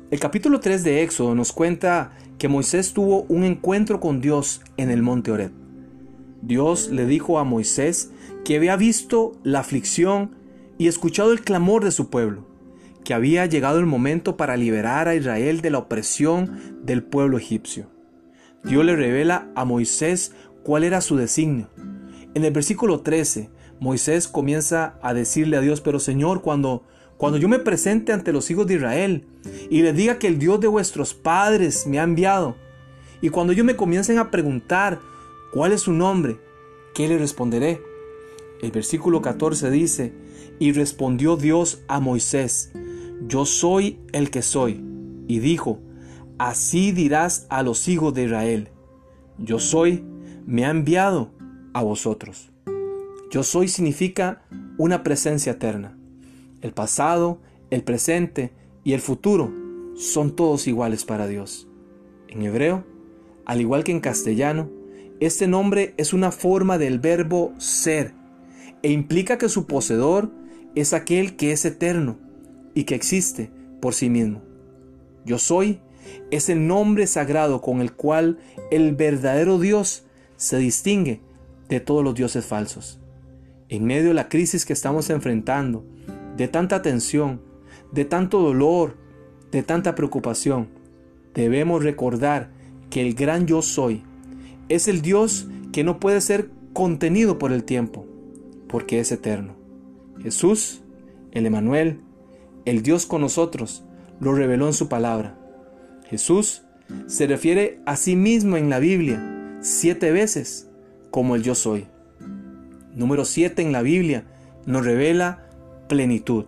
El capítulo 3 de Éxodo nos cuenta que Moisés tuvo un encuentro con Dios en el monte Horeb. Dios le dijo a Moisés que había visto la aflicción y escuchado el clamor de su pueblo, que había llegado el momento para liberar a Israel de la opresión del pueblo egipcio. Dios le revela a Moisés cuál era su designio. En el versículo 13, Moisés comienza a decirle a Dios: pero Señor, cuando yo me presente ante los hijos de Israel y les diga que el Dios de vuestros padres me ha enviado, y cuando ellos me comiencen a preguntar cuál es su nombre, ¿qué le responderé? El versículo 14 dice: y respondió Dios a Moisés: yo soy el que soy. Y dijo: así dirás a los hijos de Israel: yo soy, me ha enviado a vosotros. Yo soy significa una presencia eterna. El pasado, el presente y el futuro son todos iguales para Dios. En hebreo, al igual que en castellano, este nombre es una forma del verbo ser e implica que su poseedor es aquel que es eterno y que existe por sí mismo. Yo soy es el nombre sagrado con el cual el verdadero Dios se distingue de todos los dioses falsos. En medio de la crisis que estamos enfrentando, de tanta tensión, de tanto dolor, de tanta preocupación, debemos recordar que el gran yo soy es el Dios que no puede ser contenido por el tiempo, porque es eterno. Jesús, el Emmanuel, el Dios con nosotros, lo reveló en su palabra. Jesús se refiere a sí mismo en la Biblia 7 veces como el yo soy. Número 7 en la Biblia nos revela plenitud.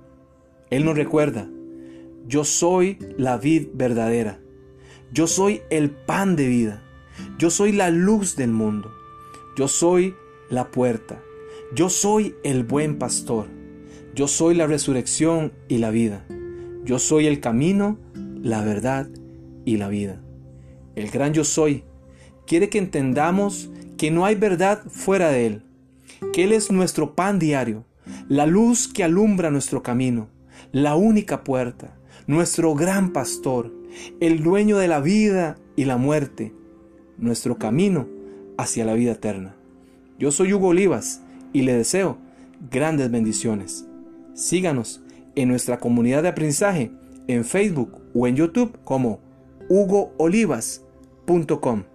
Él nos recuerda: yo soy la vid verdadera, yo soy el pan de vida, yo soy la luz del mundo, yo soy la puerta, yo soy el buen pastor, yo soy la resurrección y la vida, yo soy el camino, la verdad y la vida. El gran yo soy quiere que entendamos que no hay verdad fuera de Él, que Él es nuestro pan diario, la luz que alumbra nuestro camino, la única puerta, nuestro gran pastor, el dueño de la vida y la muerte, nuestro camino hacia la vida eterna. Yo soy Hugo Olivas y le deseo grandes bendiciones. Síganos en nuestra comunidad de aprendizaje en Facebook o en YouTube como hugoolivas.com.